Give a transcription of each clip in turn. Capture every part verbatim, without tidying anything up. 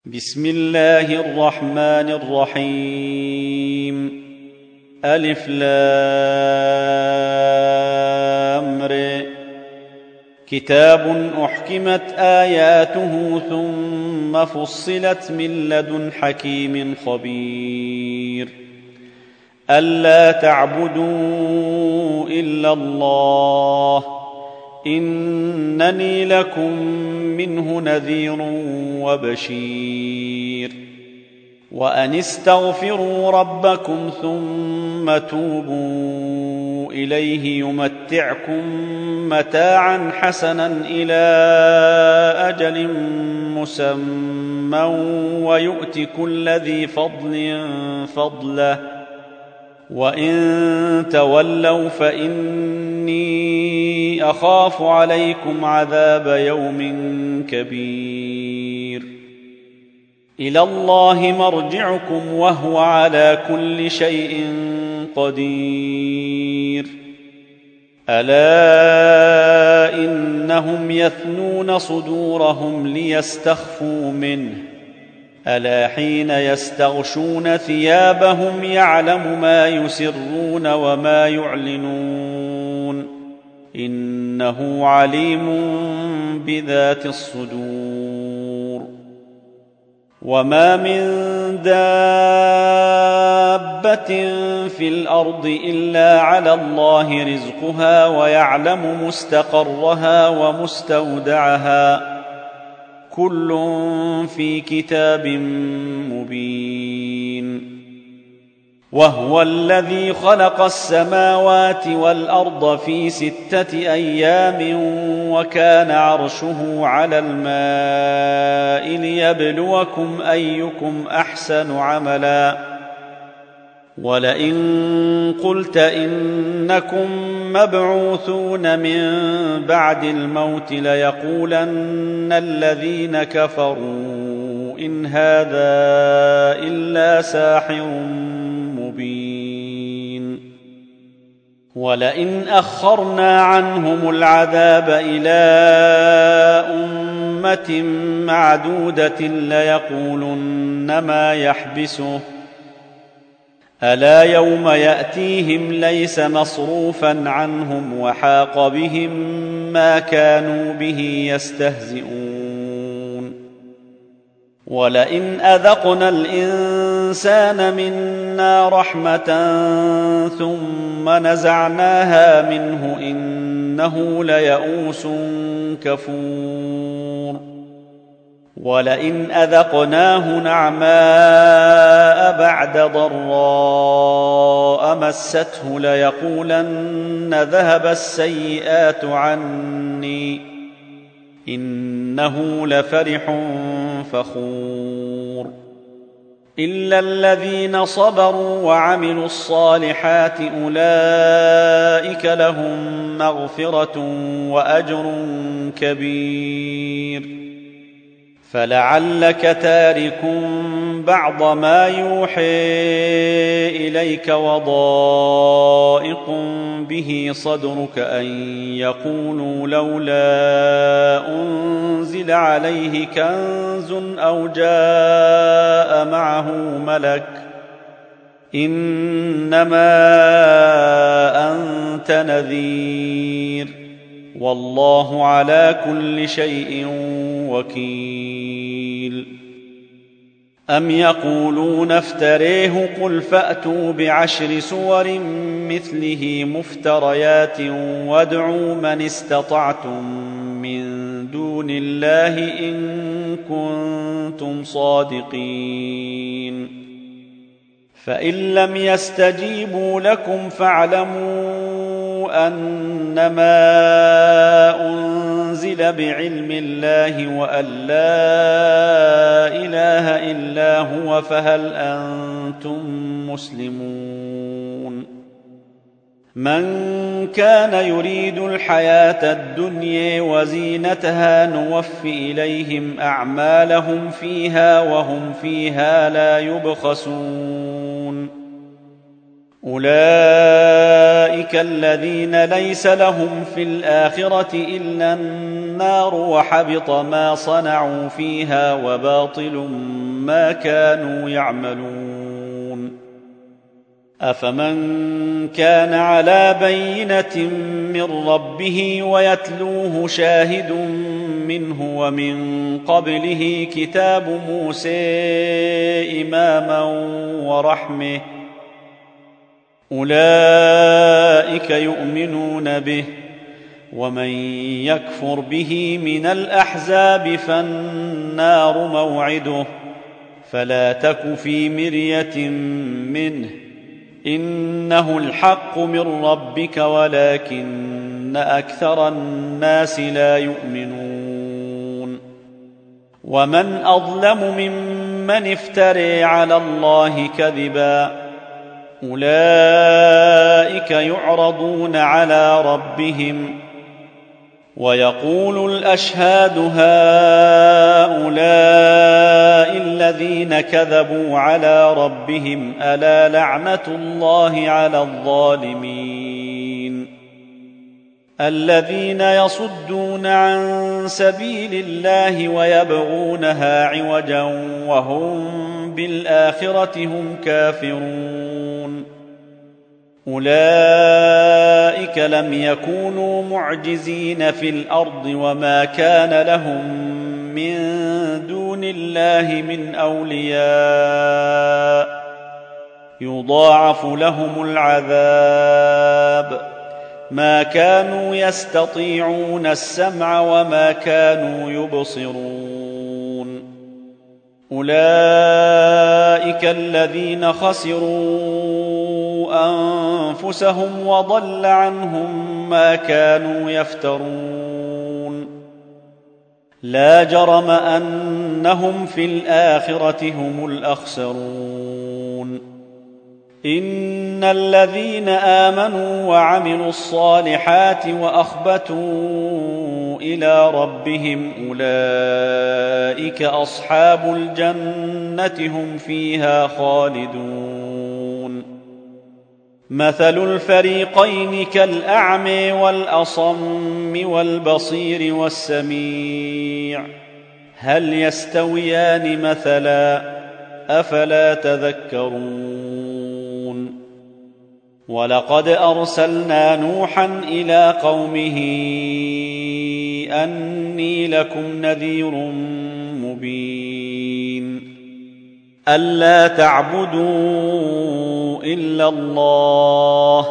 بسم الله الرحمن الرحيم. ألف لام ر. كتاب أحكمت آياته ثم فصلت من لدن حكيم خبير. ألا تعبدوا إلا الله إنني لكم منه نذير وبشير. وأن استغفروا ربكم ثم توبوا إليه يمتعكم متاعا حسنا إلى أجل مسمى ويؤت كل ذي فضل فضله وإن تولوا فإني أخاف عليكم عذاب يوم كبير. إلى الله مرجعكم وهو على كل شيء قدير. ألا إنهم يثنون صدورهم ليستخفوا منه ألا حين يستغشون ثيابهم يعلم ما يسرون وما يعلنون إنه عليم بذات الصدور. وما من دابة في الأرض إلا على الله رزقها ويعلم مستقرها ومستودعها كل في كتاب مبين. وهو الذي خلق السماوات والأرض في ستة أيام وكان عرشه على الماء ليبلوكم أيكم أحسن عملا. ولئن قلت إنكم مبعوثون من بعد الموت ليقولن الذين كفروا إن هذا إلا ساحر مبين. ولئن أخرنا عنهم العذاب إلى أمة معدودة ليقولن ما يحبسه ألا يوم يأتيهم ليس مصروفا عنهم وحاق بهم ما كانوا به يستهزئون. ولئن أذقنا الإنسان منا رحمة ثم نزعناها منه إنه ليئوس كفور. ولئن أذقناه نعماء بعد ضراء مسته ليقولن ذهب السيئات عني إنه لفرح فخور. إلا الذين صبروا وعملوا الصالحات أولئك لهم مغفرة وأجر كبير. فلعلك تارك بعض ما يوحي إليك وضائق به صدرك أن يقولوا لولا أنزل عليه كنز أو جاء معه ملك إنما أنت نذير والله على كل شيء وكيل. أم يقولون افتريه قل فأتوا بعشر سور مثله مفتريات وادعوا من استطعتم من دون الله إن كنتم صادقين. فإن لم يستجيبوا لكم فاعلموا أنما أنزل بعلم الله وأن لا إله إلا هو فهل أنتم مسلمون. من كان يريد الحياة الدنيا وزينتها نوف إليهم أعمالهم فيها وهم فيها لا يبخسون. أولئك الذين ليس لهم في الآخرة إلا النار وحبط ما صنعوا فيها وباطل ما كانوا يعملون. أفمن كان على بينة من ربه ويتلوه شاهد منه ومن قبله كتاب موسى إماما ورحمة أولئك يؤمنون به، ومن يكفر به من الأحزاب فالنار موعده، فلا تك في مرية منه، إنه الحق من ربك ولكن أكثر الناس لا يؤمنون. ومن أظلم ممن افترى على الله كذبا أولئك يعرضون على ربهم ويقول الأشهاد هؤلاء الذين كذبوا على ربهم ألا لعنة الله على الظالمين الذين يصدون عن سبيل الله ويبغونها عوجا وهم بالآخرة هم كافرون. أولئك لم يكونوا معجزين في الأرض وما كان لهم من دون الله من أولياء يضاعف لهم العذاب ما كانوا يستطيعون السمع وما كانوا يبصرون. أولئك الذين خسروا أنفسهم وضل عنهم ما كانوا يفترون. لا جرم أنهم في الآخرة هم الأخسرون. إن الذين آمنوا وعملوا الصالحات وأخبتوا إلى ربهم أولئك أصحاب الجنة هم فيها خالدون. مثل الفريقين كالأعمى والأصم والبصير والسميع هل يستويان مثلا أفلا تذكرون. ولقد أرسلنا نوحا إلى قومه أني لكم نذير مبين ألا تعبدوا إلا الله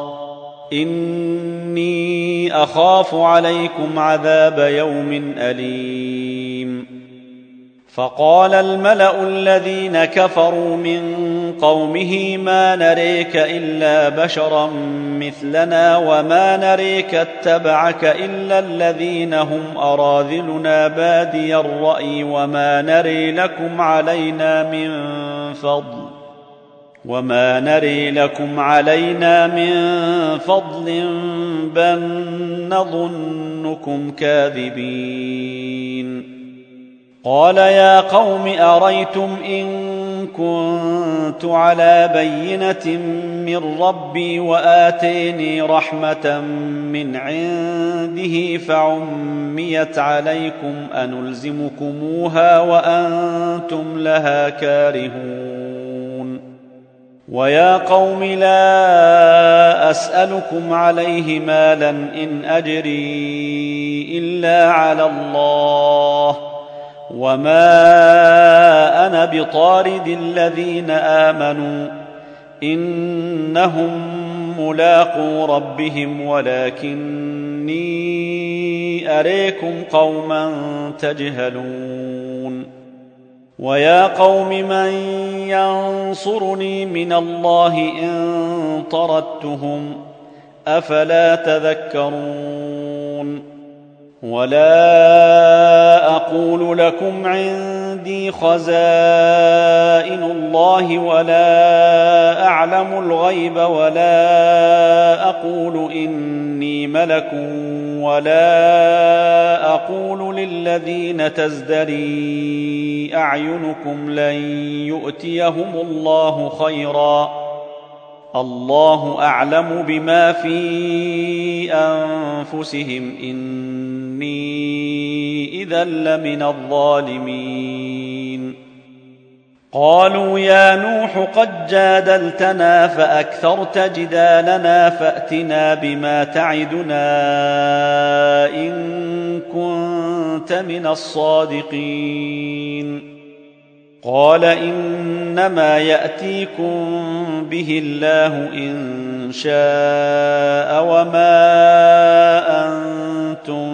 إني أخاف عليكم عذاب يوم أليم. فقال الملأ الذين كفروا من قومه ما نريك إلا بشرا مثلنا وما نريك اتبعك إلا الذين هم أراذلنا بادي الرأي وما نري لكم علينا من فضل وما نري لكم علينا من فضل بل نظنكم كاذبين. قال يا قوم أريتم إن كنت على بينة من ربي وآتيني رحمة من عنده فعميت عليكم أنلزمكموها وأنتم لها كارهون. ويا قوم لا أسألكم عليه مالا إن أجري إلا على الله وما أنا بطارد الذين آمنوا إنهم ملاقو ربهم ولكني أريكم قوما تجهلون. ويا قوم من ينصرني من الله إن طردتهم أفلا تذكرون. ولا أقول لكم عندي خزائن الله ولا أعلم الغيب ولا أقول إني ملك ولا أقول للذين تزدري أعينكم لن يؤتيهم الله خيرا الله أعلم بما في أنفسهم إني إذا لمن الظالمين. قالوا يا نوح قد جادلتنا فأكثرت جدالنا فأتنا بما تعدنا إن كنت من الصادقين. قال إنما يأتيكم به الله إن شاء وما أنتم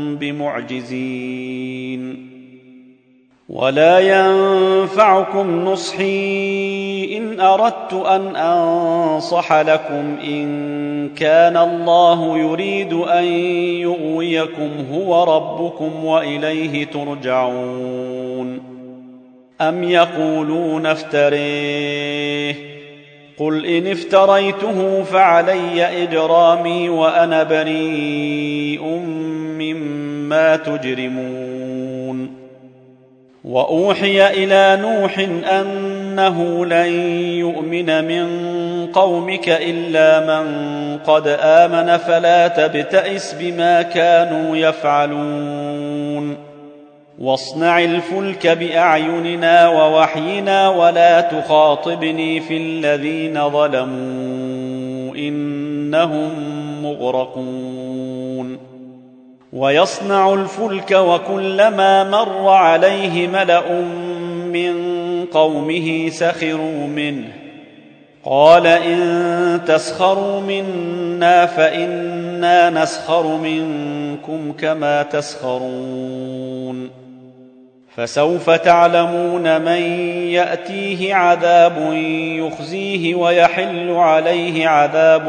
بمعجزين. ولا ينفعكم نصحي إن أردت أن أنصح لكم إن كان الله يريد أن يغويكم هو ربكم وإليه ترجعون. أم يقولون افتريه قل إن افتريته فعلي إجرامي وأنا بريء مما تجرمون. وأوحي إلى نوح أنه لن يؤمن من قومك إلا من قد آمن فلا تبتئس بما كانوا يفعلون. واصنع الفلك بأعيننا ووحينا ولا تخاطبني في الذين ظلموا إنهم مغرقون. ويصنع الفلك وكلما مر عليه ملأ من قومه سخروا منه قال إن تسخروا منا فإنا نسخر منكم كما تسخرون. فسوف تعلمون من يأتيه عذاب يخزيه ويحل عليه عذاب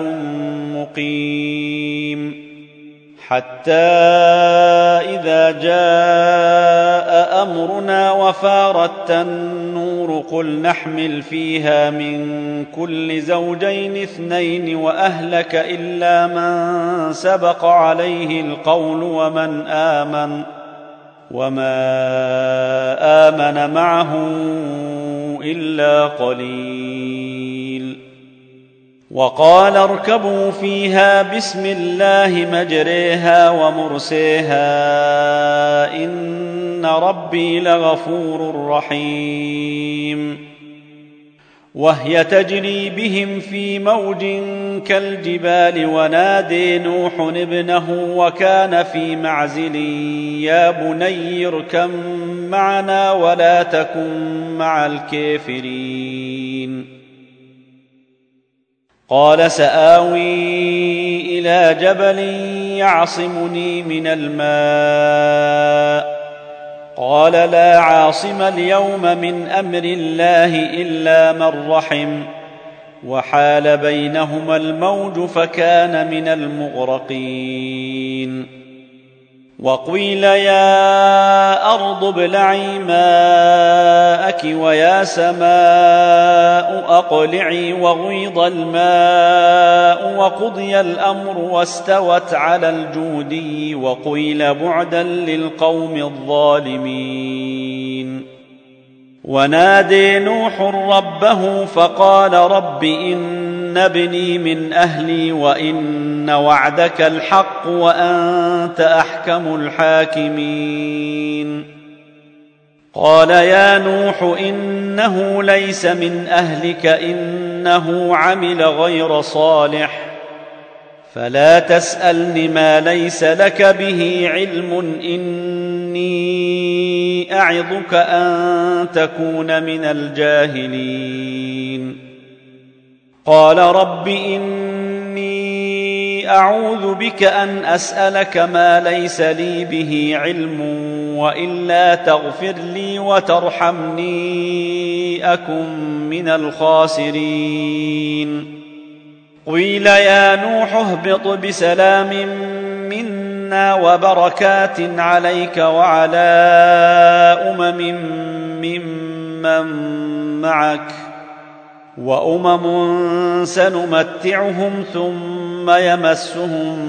مقيم. حتى إذا جاء أمرنا وفارت النور قل نحمل فيها من كل زوجين اثنين وأهلك إلا من سبق عليه القول ومن آمن وما آمن معه إلا قليل. وقال اركبوا فيها بسم الله مجريها ومرسيها إن ربي لغفور رحيم. وهي تجري بهم في موج كالجبال ونادي نوح ابنه وكان في معزل يا بني اركب معنا ولا تكن مع الكافرين. قال سآوي إلى جبل يعصمني من الماء قال لا عاصم اليوم من أمر الله إلا من رحم وحال بينهما الموج فكان من المغرقين. وقيل يا أرض ابلعي ماءك ويا سماء أقلعي وغيض الماء وقضي الأمر واستوت على الجودي وقيل بعدا للقوم الظالمين. ونادي نوح ربه فقال رب إن ابني من أهلي وإن وعدك الحق وأنت أحكم الحاكمين. قال يا نوح إنه ليس من أهلك إنه عمل غير صالح فلا تسألني ما ليس لك به علم إني أعظك أن تكون من الجاهلين. قال رب إني أعوذ بك أن أسألك ما ليس لي به علم وإلا تغفر لي وترحمني أكن من الخاسرين. قيل يا نوح اهبط بسلام منا وبركات عليك وعلى أمم ممن معك وأمم سنمتعهم ثم يمسهم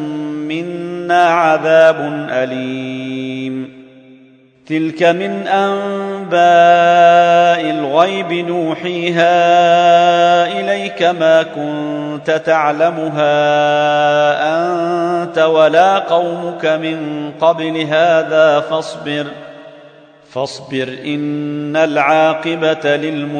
منا عذاب أليم. تلك من أنباء أنباء الغيب نوحيها إليك ما كنت تعلمها أنت ولا قومك من قبل هذا فاصبر فاصبر إن العاقبة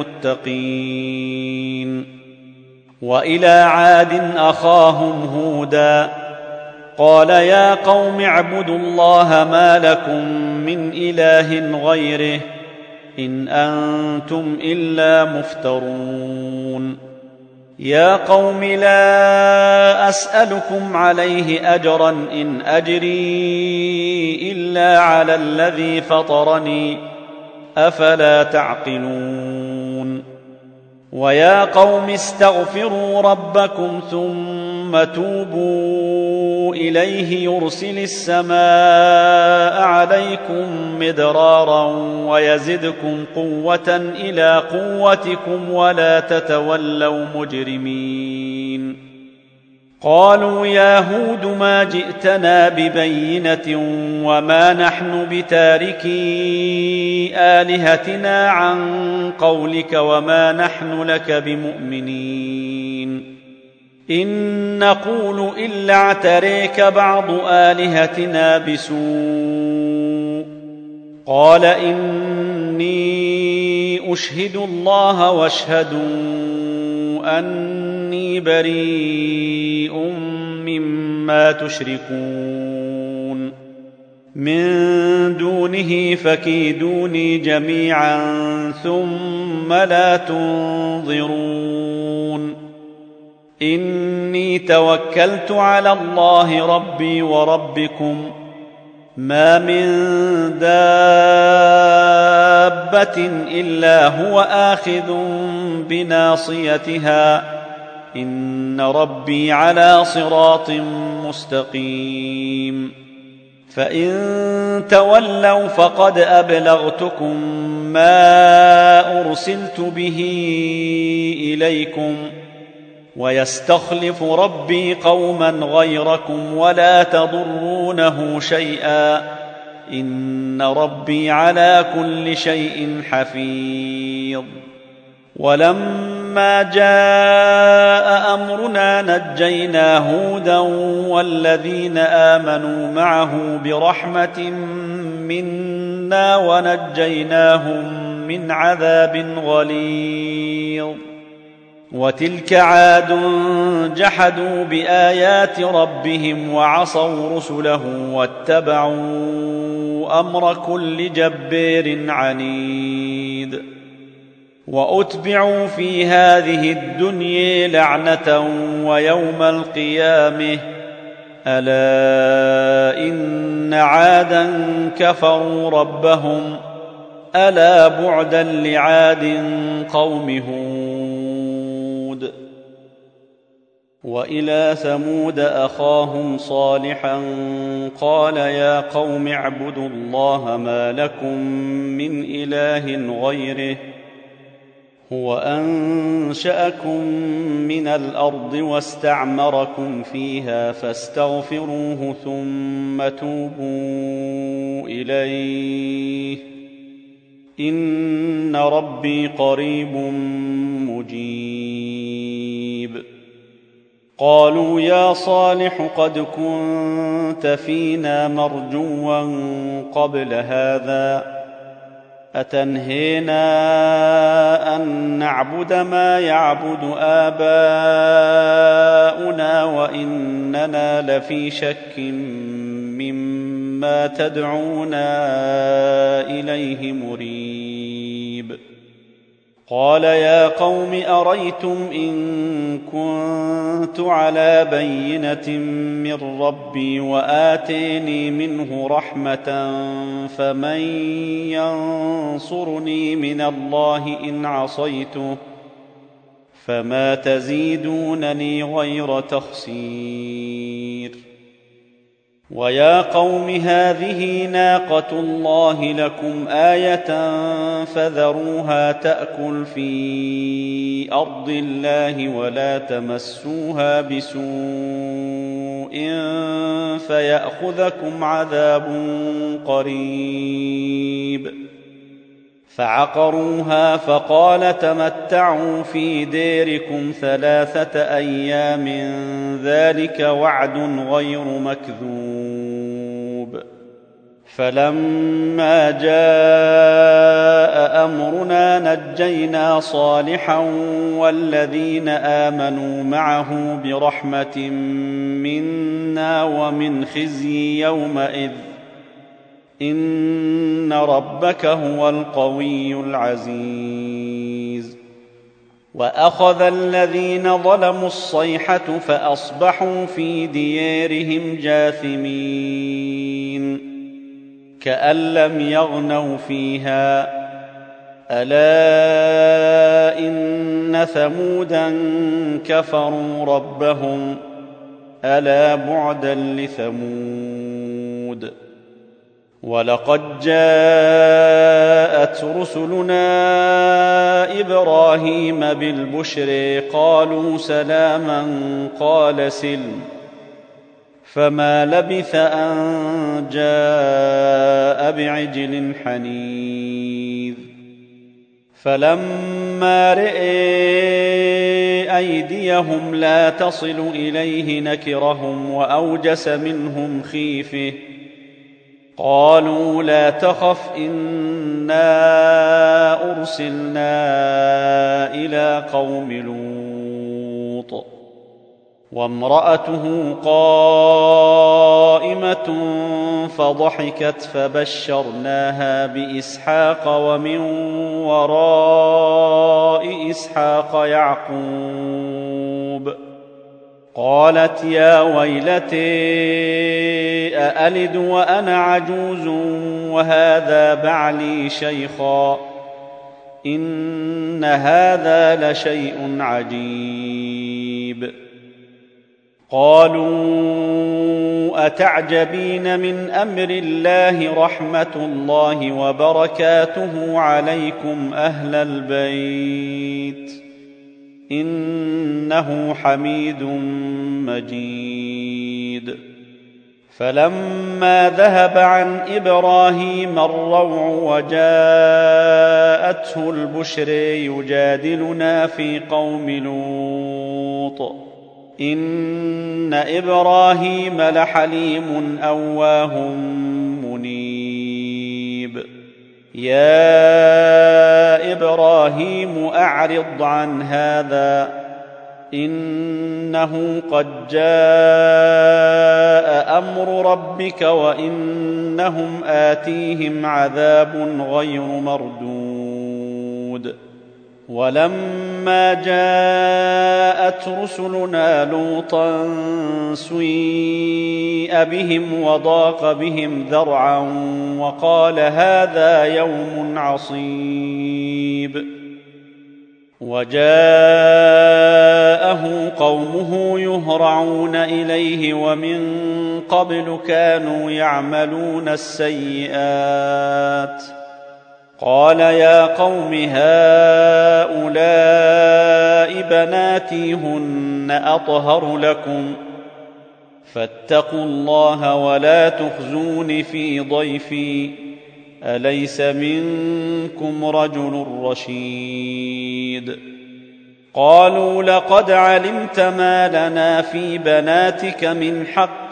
للمتقين. وإلى عاد أخاهم هودا قال يا قوم اعبدوا الله ما لكم من إله غيره إن أنتم إلا مفترون. يا قوم لا أسألكم عليه أجرا إن أجري إلا على الذي فطرني أفلا تعقلون. ويا قوم استغفروا ربكم ثم توبوا إليه يرسل السماء عليكم مدرارا ويزدكم قوة إلى قوتكم ولا تتولوا مجرمين. قالوا يا هود ما جئتنا ببينة وما نحن بتاركي آلهتنا عن قولك وما نحن لك بمؤمنين إن نقول إلا اعتريك بعض آلهتنا بسوء. قال إني أشهد الله واشهدوا أني بريء مما تشركون من دونه فكيدوني جميعا ثم لا تنظرون. إني توكلت على الله ربي وربكم ما من دابة إلا هو آخذ بناصيتها إن ربي على صراط مستقيم. فإن تولوا فقد أبلغتكم ما أرسلت به إليكم ويستخلف ربي قوما غيركم ولا تضرونه شيئا إن ربي على كل شيء حفيظ. ولما جاء أمرنا نجينا هودا والذين آمنوا معه برحمة منا ونجيناهم من عذاب غليظ. وتلك عاد جحدوا بآيات ربهم وعصوا رسله واتبعوا أمر كل جبار عنيد. وأتبعوا في هذه الدنيا لعنة ويوم القيامة ألا إن عادا كفروا ربهم ألا بعدا لعاد قوم هود. وإلى ثمود أخاهم صالحا قال يا قوم اعبدوا الله ما لكم من إله غيره هو أنشأكم من الأرض واستعمركم فيها فاستغفروه ثم توبوا إليه إن ربي قريب مجيب. قالوا يا صالح قد كنت فينا مرجوا قبل هذا أتنهينا أن نعبد ما يعبد آباؤنا وإننا لفي شك مما تدعونا إليه مريب. قال يا قوم أريتم إن كنت على بينة من ربي وآتيني منه رحمة فمن ينصرني من الله إن عصيته فما تزيدونني غير تخسير. ويا قوم هذه ناقة الله لكم آية فذروها تأكل في أرض الله ولا تمسوها بسوء فيأخذكم عذاب قريب. فعقروها فقال تمتعوا في ديركم ثلاثة أيام ذلك وعد غير مكذوب. فلما جاء أمرنا نجينا صالحا والذين آمنوا معه برحمة منا ومن خزي يومئذ إن ربك هو القوي العزيز. وأخذ الذين ظلموا الصيحة فأصبحوا في ديارهم جاثمين كأن لم يغنوا فيها ألا إن ثمودا كفروا ربهم ألا بعدا لثمود. ولقد جاءت رسلنا إبراهيم بالبشر قالوا سلاما قال سلم فما لبث أن جاء بعجل حنيذ. فلما رئي أيديهم لا تصل إليه نكرهم وأوجس منهم خيفة قالوا لا تخف إنا أرسلنا إلى قوم لوط وامرأته قائمة فضحكت فبشرناها بإسحاق ومن وراء إسحاق يعقوب قالت يا ويلتي أألد وأنا عجوز وهذا بعلي شيخا إن هذا لشيء عجيب. قالوا أتعجبين من أمر الله رحمة الله وبركاته عليكم أهل البيت إنه حميد مجيد. فلما ذهب عن إبراهيم الروع وجاءته البشر يجادلنا في قوم لوط إن إبراهيم لحليم أواه منيب. يا إبراهيم أعرض عن هذا إنه قد جاء أمر ربك وإنهم آتيهم عذاب غير مردود. ولما جاءت رسلنا لوطا سيء بهم وضاق بهم ذرعا وقال هذا يوم عصيب. وجاءه قومه يهرعون إليه ومن قبل كانوا يعملون السيئات قال يا قوم هؤلاء بناتي هن أطهر لكم فاتقوا الله ولا تخزون في ضيفي أليس منكم رجل رشيد. قالوا لقد علمت ما لنا في بناتك من حق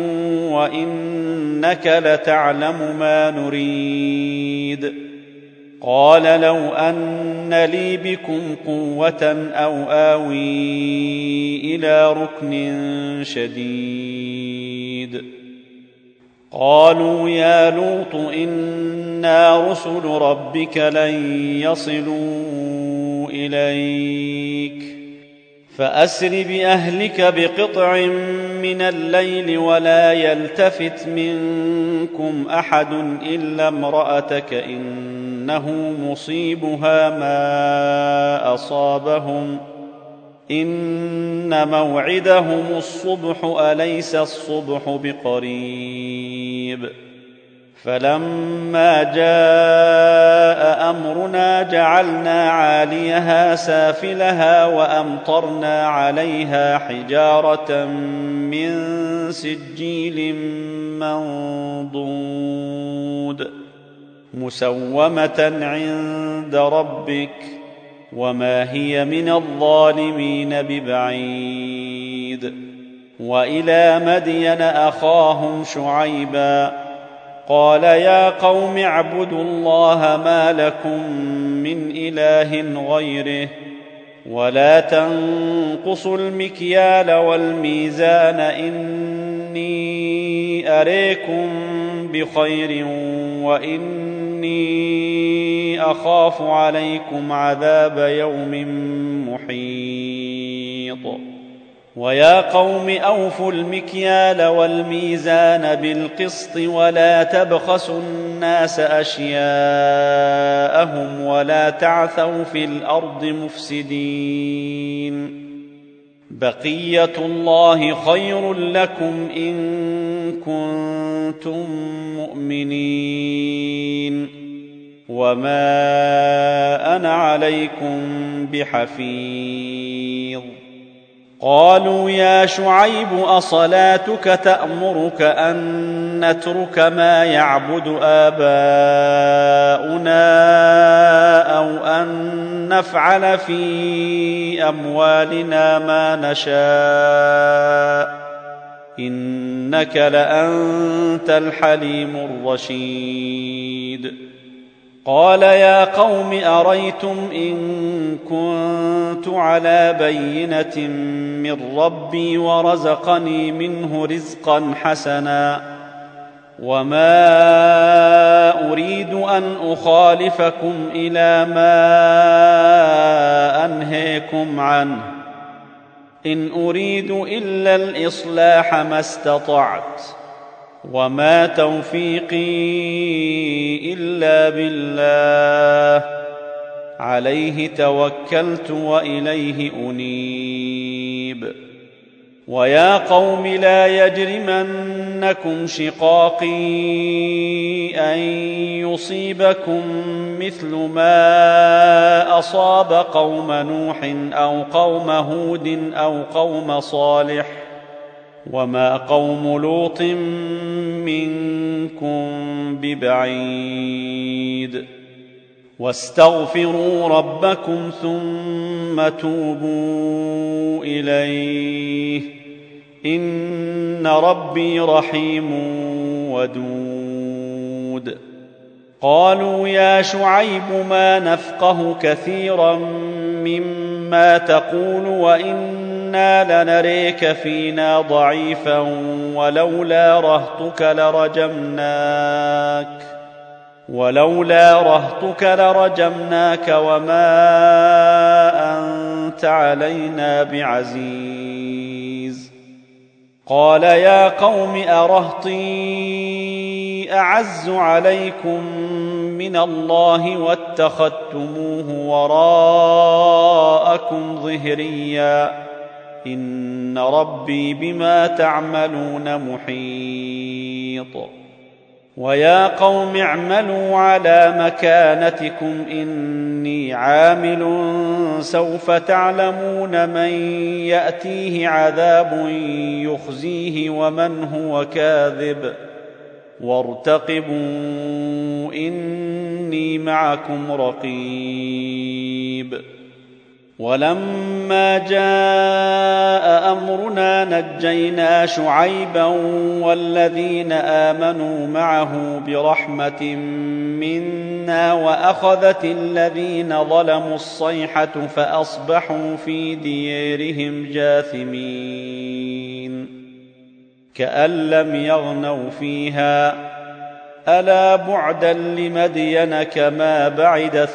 وإنك لتعلم ما نريد. قال لو أن لي بكم قوة أو آوي إلى ركن شديد. قالوا يا لوط إنا رسل ربك لن يصلوا إليك فأسر بأهلك بقطع من الليل ولا يلتفت منكم أحد إلا امرأتك إنه مصيبها ما أصابهم إن موعدهم الصبح أليس الصبح بقريب. فلما جاء أمرنا جعلنا عاليها سافلها وأمطرنا عليها حجارة من سجيل منضود مسومة عند ربك وما هي من الظالمين ببعيد. وإلى مدين أخاهم شعيبا قال يا قوم اعبدوا الله ما لكم من إله غيره ولا تنقصوا المكيال والميزان إني أريكم بخير وإني أخاف عليكم عذاب يوم محيط. ويا قوم أوفوا المكيال والميزان بالقسط ولا تبخسوا الناس أشياءهم ولا تعثوا في الأرض مفسدين. بقية الله خير لكم إن كنتم مؤمنين وما أنا عليكم بحفيظ. قالوا يا شعيب أصلاتك تأمرك أن نترك ما يعبد آباؤنا أو أن نفعل في أموالنا ما نشاء إنك لأنت الحليم الرشيد. قال يا قوم أريتم إن كنت على بينة من ربي ورزقني منه رزقا حسنا وما أريد أن أخالفكم إلى ما أنهيكم عنه إن أريد إلا الإصلاح ما استطعت وما توفيقي إلا بالله عليه توكلت وإليه أنيب. ويا قوم لا يجرمنكم شقاقي أن يصيبكم مثل ما أصاب قوم نوح أو قوم هود أو قوم صالح وما قوم لوط منكم ببعيد. واستغفروا ربكم ثم توبوا إليه إن ربي رحيم ودود. قالوا يا شعيب ما نفقه كثيرا مما تقول وإنا لنريك فينا ضعيفا ولولا رهطك لرجمناك ولولا رهطك لرجمناك وما أنت علينا بعزيز. قال يا قوم أرهطي أعز عليكم من الله واتخذتموه وراءكم ظهريا إن ربي بما تعملون محيط. ويا قوم اعملوا على مكانتكم إني عامل سوف تعلمون من يأتيه عذاب يخزيه ومن هو كاذب وارتقبوا إني معكم رقيب. ولما جاء أمرنا نجينا شعيبا والذين آمنوا معه برحمة منا وأخذت الذين ظلموا الصيحة فأصبحوا في ديارهم جاثمين كأن لم يغنوا فيها ألا بعدا لمدين كما بعدت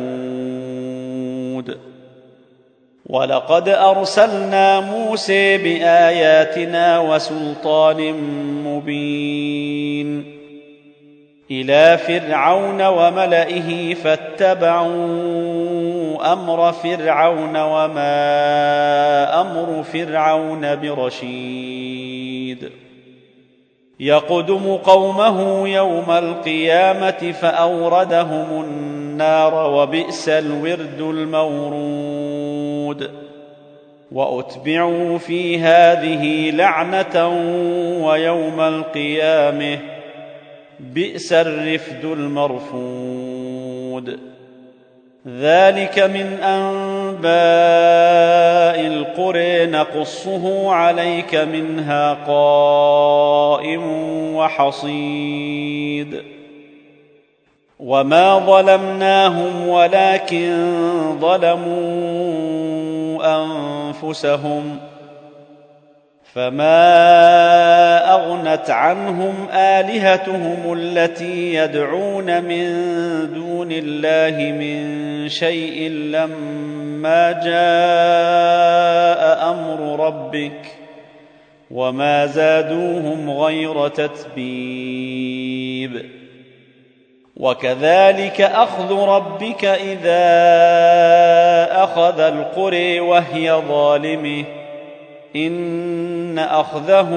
ثمود. ولقد أرسلنا موسى بآياتنا وسلطان مبين إلى فرعون وملئه فاتبعوا أمر فرعون وما أمر فرعون برشيد. يقدم قومه يوم القيامة فأوردهم النار وبئس الورد المورود. وأتبعوا في هذه لعنة ويوم القيامة بئس الرفد المرفود. ذلك من أنباء القرى نقصه عليك منها قائم وحصيد. وما ظلمناهم ولكن ظلموا أنفسهم، فما أغنت عنهم آلهتهم التي يدعون من دون الله من شيء لما جاء أمر ربك، وما زادوهم غير تتبيب. وكذلك أخذ ربك إذا أخذ القرى وهي ظالمة، إن أخذه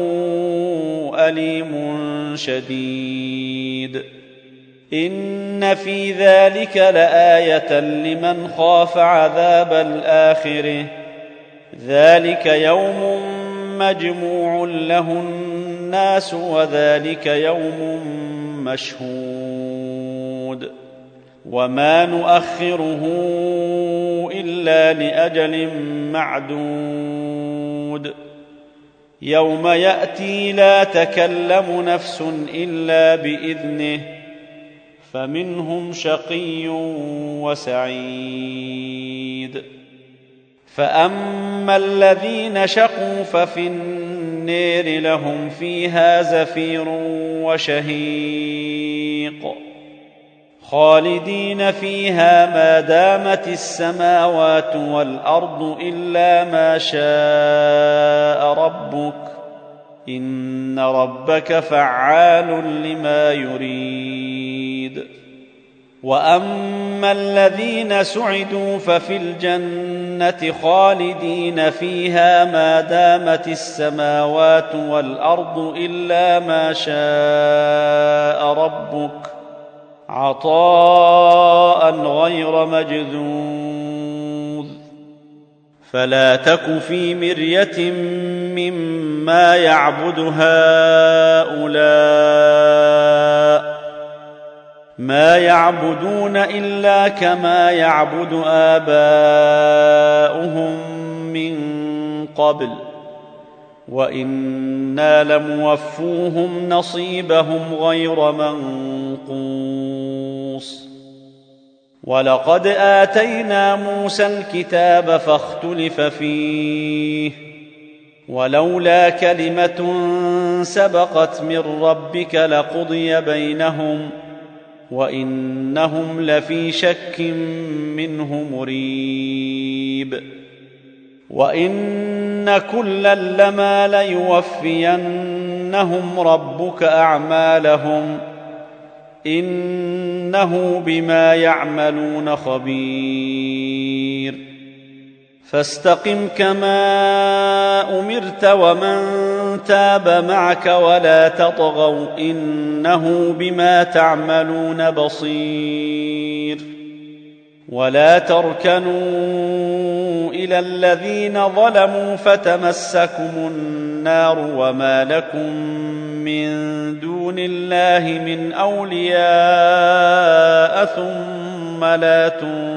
أليم شديد. إن في ذلك لآية لمن خاف عذاب الآخرة، ذلك يوم مجموع له الناس وذلك يوم مشهود. وما نؤخره إلا لأجل معدود. يوم يأتي لا تكلم نفس إلا بإذنه، فمنهم شقي وسعيد. فأما الذين شقوا ففي النار لهم فيها زفير وشهيق، خالدين فيها ما دامت السماوات والأرض إلا ما شاء ربك، إن ربك فعال لما يريد. وأما الذين سعدوا ففي الجنة خالدين فيها ما دامت السماوات والأرض إلا ما شاء ربك، عطاء غير مجذوذ. فلا تك في مرية مما يعبد هؤلاء، ما يعبدون إلا كما يعبد آباؤهم من قبل، وإنا لموفوهم نصيبهم غير منقوص. ولقد آتينا موسى الكتاب فاختلف فيه، ولولا كلمة سبقت من ربك لقضي بينهم، وإنهم لفي شك منه مريب. وإن كلا لما ليوفينهم ربك أعمالهم، إنه بما يعملون خبير. فاستقم كما أمرت ومن تاب معك ولا تطغوا إنه بما تعملون بصير. ولا تركنوا إلى الذين ظلموا فتمسكم النار وما لكم من دون الله من أولياء ثم لا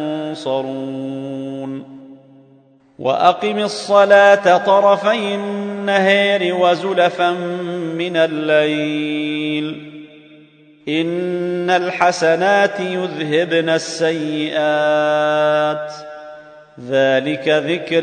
تنصرون. وأقم الصلاة طرفي النهار وزلفا من الليل، إن الحسنات يذهبن السيئات، ذلك ذكر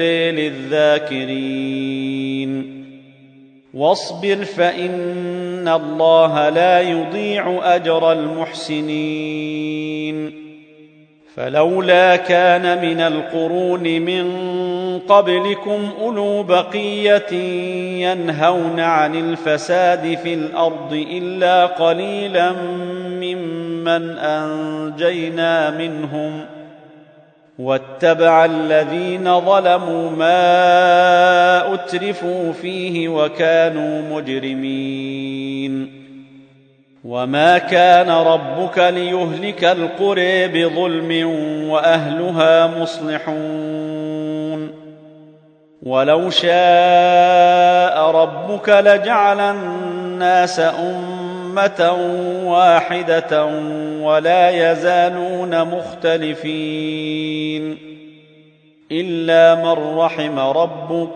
للذاكرين. واصبر فإن الله لا يضيع أجر المحسنين. فلولا كان من القرون من قبلكم أولو بقية ينهون عن الفساد في الأرض إلا قليلا ممن أنجينا منهم، واتبع الذين ظلموا ما أترفوا فيه وكانوا مجرمين. وما كان ربك ليهلك القرى بظلم وأهلها مصلحون. ولو شاء ربك لجعل الناس أمة أمة واحدة ولا يزالون مختلفين إلا من رحم ربك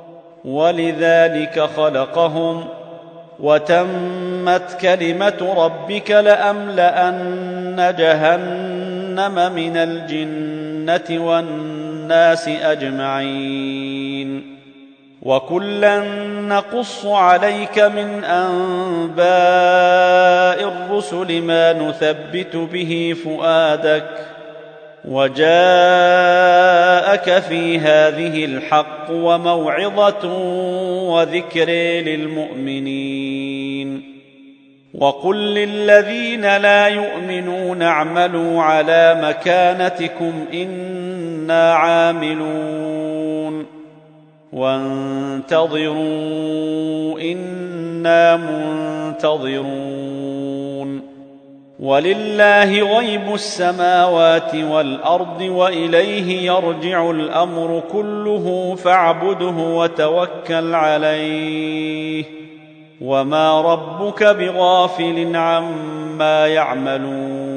ولذلك خلقهم وتمت كلمة ربك لأملأن جهنم من الجنة والناس أجمعين وكلا نقص عليك من أنباء الرسل ما نثبت به فؤادك وجاءك في هذه الحق وموعظة وذكر للمؤمنين وقل للذين لا يؤمنون اعملوا على مكانتكم إنا عاملون وانتظروا إنا منتظرون ولله غيب السماوات والأرض وإليه يرجع الأمر كله فاعبده وتوكل عليه وما ربك بغافل عما يعملون